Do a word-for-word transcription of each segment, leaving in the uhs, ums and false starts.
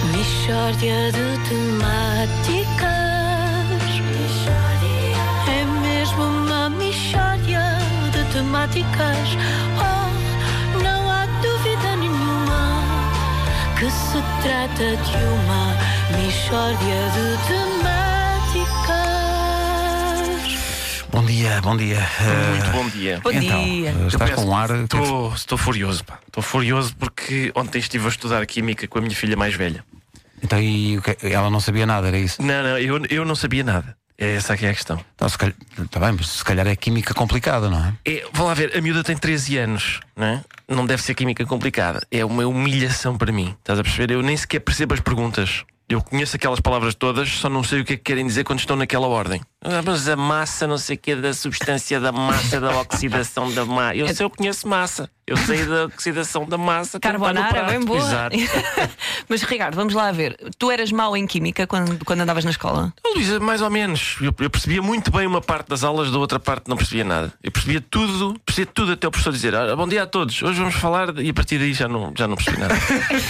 Mixórdia de temáticas. É mesmo uma mixórdia de temáticas. Oh, não há dúvida nenhuma que se trata de uma mixórdia de temáticas. Bom dia, bom dia. Muito bom dia. Bom então, dia. Estás com um ar. Estou, estou furioso, pá. Estou furioso porque ontem estive a estudar Química com a minha filha mais velha. Então, e o que- ela não sabia nada, era isso? Não, não, eu, eu não sabia nada. É essa que é a questão. Então, se calhar, tá bem, mas se calhar é química complicada, não é? É, vou lá ver, a miúda tem treze anos, não é? Não deve ser química complicada. É uma humilhação para mim. Estás a perceber? Eu nem sequer percebo as perguntas. Eu conheço aquelas palavras todas, só não sei o que é que querem dizer quando estão naquela ordem. Ah, mas a massa, não sei o que, da substância da massa, da oxidação da massa. Eu sei, eu conheço massa. Eu sei da oxidação da massa. Carbonara, bem boa. Exato. Mas Ricardo, vamos lá ver. Tu eras mau em química quando, quando andavas na escola? Oh, Luísa, mais ou menos. Eu, eu percebia muito bem uma parte das aulas, da outra parte não percebia nada. Eu percebia tudo, percebia tudo até o professor dizer: ah, bom dia a todos, hoje vamos falar, de... e a partir daí já não, já não percebi nada.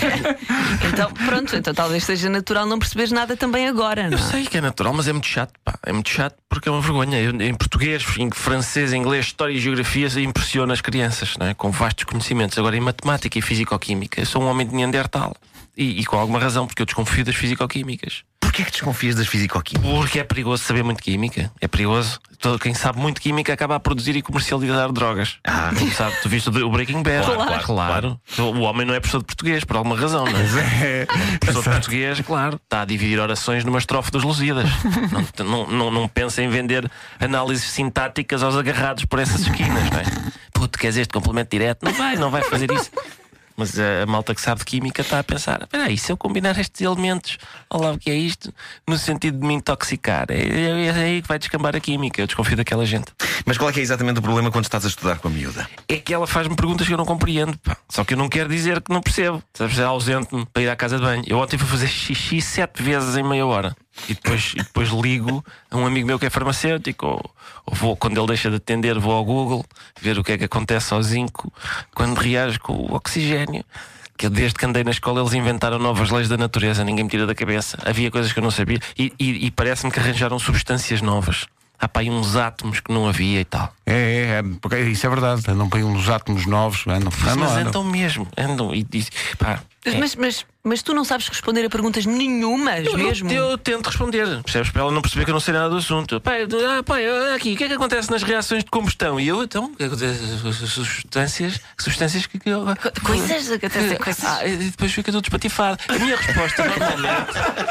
Então, pronto, então talvez seja natural não perceberes nada também agora, não Eu é? sei que é natural, mas é muito chato, pá. É muito chato porque é uma vergonha. Eu, em português, em francês, inglês, história e geografia, impressiona as crianças, não é? Com vastos conhecimentos. Agora, em matemática e fisicoquímica, eu sou um homem de Neandertal. E, e com alguma razão, porque eu desconfio das fisicoquímicas. Porquê é que desconfias das fisicoquímicas? Porque é perigoso saber muito química. É perigoso. Todo quem sabe muito química acaba a produzir e comercializar drogas. Ah. Tu, sabe, tu viste o Breaking Bad? Claro, claro, claro. O homem não é professor de português, por alguma razão, não é? Professor de português, claro, está a dividir orações numa estrofe dos Lusíadas. Não, não, não, não pensa em vender análises sintáticas aos agarrados por essas esquinas, não é? Puto, queres este complemento direto? Não vai, não vai fazer isso. Mas a, a malta que sabe de química está a pensar: espera aí, se eu combinar estes elementos, olha lá o que é isto, no sentido de me intoxicar, é, é, é aí que vai descambar a química. Eu desconfio daquela gente. Mas qual é que é exatamente o problema quando estás a estudar com a miúda? É que ela faz-me perguntas que eu não compreendo, pá. Só que eu não quero dizer que não percebo. Sabes, é ausente-me para ir à casa de banho. Eu ontem fui fazer xixi sete vezes em meia hora. E depois, e depois ligo a um amigo meu que é farmacêutico, ou, ou vou, quando ele deixa de atender, vou ao Google ver o que é que acontece ao zinco quando reage com o oxigênio. Que eu, desde que andei na escola, eles inventaram novas leis da natureza, ninguém me tira da cabeça. Havia coisas que eu não sabia e, e, e parece-me que arranjaram substâncias novas. Há para aí uns átomos que não havia e tal. É, é, é porque isso é verdade. Andam para aí uns átomos novos. Andam, Mas, andam, mas andam. andam mesmo, andam e, e pá. é. Mas, mas, mas tu não sabes responder a perguntas nenhumas Eu, mesmo? eu, eu tento responder, percebes? Para ela não perceber que eu não sei nada do assunto. Pai, ah, pai, olha aqui, o que é que acontece nas reações de combustão? E eu, então, o que é que acontece? Substâncias, substâncias que. que eu... Co- Coisas, acontecem coisas. Ah, e depois fica tudo espatifado. A minha resposta normalmente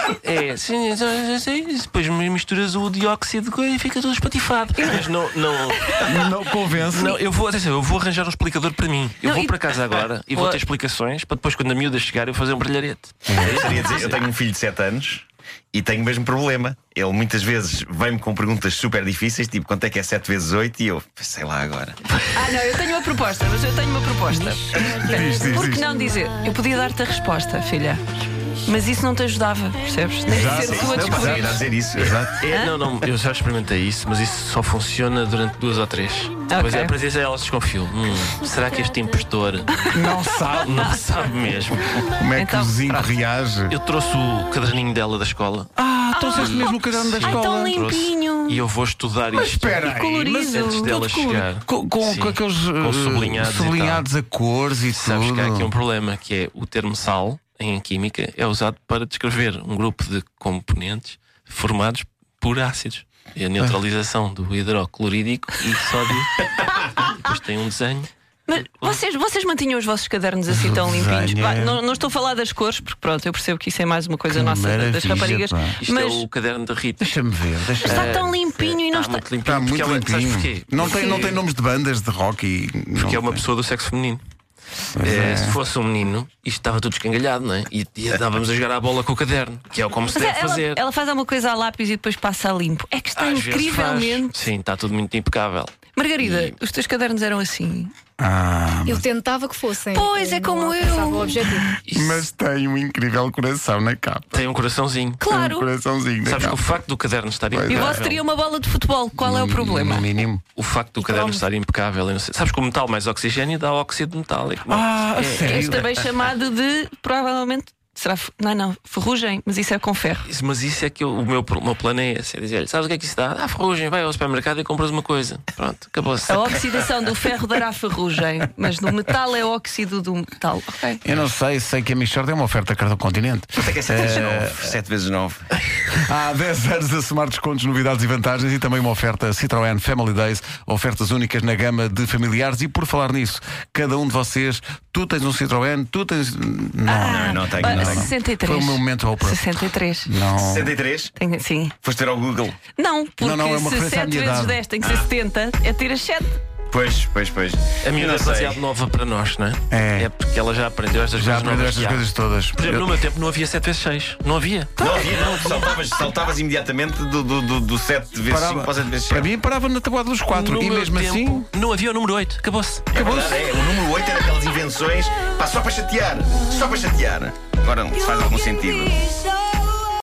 é sim, sim, sim, depois misturas o dióxido e fica tudo espatifado. Mas não. não Não convence. Não, eu vou, atenção, eu vou arranjar um explicador para mim. Eu Não, vou e- para casa agora e vou ter explicações para depois, quando a miúda chegar, eu fazer um brilharete. Gostaria de dizer, eu tenho um filho de sete anos e tenho o mesmo problema. Ele muitas vezes vem-me com perguntas super difíceis, tipo quanto é que é sete vezes oito, e eu sei lá agora. Ah, não, eu tenho uma proposta, mas eu tenho uma proposta. Diz, diz, Por que diz. não dizer? Eu podia dar-te a resposta, filha. Mas isso não te ajudava, percebes? Nem Já, ser sim, tu a Não, mas descobrir. era a dizer isso. Exato. É, não, não, eu já experimentei isso, mas isso só funciona durante duas ou três. Depois é, depois é, elas desconfiam. Hum, será que este impostor Não sabe não sabe mesmo? como é que Então, o zinco reage. Eu trouxe o caderninho dela da escola Ah, trouxeste mesmo o caderno da Ai, escola. tão trouxe, limpinho. e eu vou estudar isto Espera aí, colorido. mas antes dela chegar. com, com, Sim, com aqueles com uh, sublinhados, e sublinhados tal. a cores e Sabes tudo. que há aqui um problema, que é o termo sal em química é usado para descrever um grupo de componentes formados por ácidos. É a neutralização do hidroclorídico e sódio. Depois tem um desenho. Mas vocês, vocês mantinham os vossos cadernos assim tão Desenho limpinhos? Pá, é- não, não estou a falar das cores, porque pronto, eu percebo que isso é mais uma coisa Que nossa das maravilha, raparigas. pá. Isto Mas é o caderno da Rita. Deixa-me ver. Deixa está ver. tão limpinho e não está está. muito limpinho. Está muito porque ela, sabes limpinho. porquê? Não tem, não tem nomes de bandas de rock e. Porque não é uma tem. pessoa do sexo feminino. Pois É, é. Se fosse um menino, isto estava tudo escangalhado, não é? E, e andávamos a jogar à bola com o caderno, que é como se Mas deve ela, fazer. ela faz alguma coisa a lápis e depois passa a limpo. É que está Às vezes incrivelmente. faz. Sim, está tudo muito impecável. Margarida, os teus cadernos eram assim. Ah, Eu tentava que fossem. Pois, é Eu como não eu. alcançava o objetivo. Isso mas tem um incrível coração na capa. tem um coraçãozinho. Tem um Claro. coraçãozinho na Sabes que capa. o facto do caderno estar Pois é. E o impecável. vosso teria uma bola de futebol. Qual é o problema? No mínimo. O facto do caderno estar impecável, eu não sei. Sabes que o metal mais oxigênio dá óxido metálico. não? Ah, a É- sério? Este também chamado de, provavelmente, Será. f- Não, não, ferrugem, mas isso é com ferro. Isso- Mas isso é que eu- o meu, o meu plano é esse: é dizer-lhe, sabes o que é que isso dá? Ah, ferrugem, vai ao supermercado e compras uma coisa. Pronto, acabou-se. A oxidação do ferro dará ferrugem, mas no metal é óxido do metal. Ok. Eu não sei, sei que a Michord é uma oferta Cartão Continente. Quanto é que é sete vezes nove? sete vezes nove. Há dez anos a somar descontos, novidades e vantagens e também uma oferta Citroën Family Days, ofertas únicas na gama de familiares. E por falar nisso, cada um de vocês, tu tens um Citroën, tu tens. Não, Não, não tenho. Olha, Não, não. sessenta e três. Foi o meu momento Oprah. sessenta e três. não. sessenta e três? Tem, sim. Foste ter ao Google? Não, porque Não, não, é uma se referência à sete minha vezes idade. dez tem que ser setenta, é ter as sete. Pois, pois, pois. A minha Eu é não sei. demasiado nova para nós, não é? É. É porque ela já aprendeu estas Já coisas aprendeu novas estas que há. coisas todas. Por exemplo, no meu tempo não havia sete vezes seis. Não havia. Não havia, não. Saltavas, saltavas imediatamente do, do, do, do sete vezes Parava- cinco para o sete vezes Para sete. mim parava na tabuada dos quatro. No E meu mesmo tempo, assim. não havia o número oito. Acabou-se. É verdade, é. O número oito era aquelas invenções pá, só para chatear. Só para chatear. Agora não se faz algum sentido.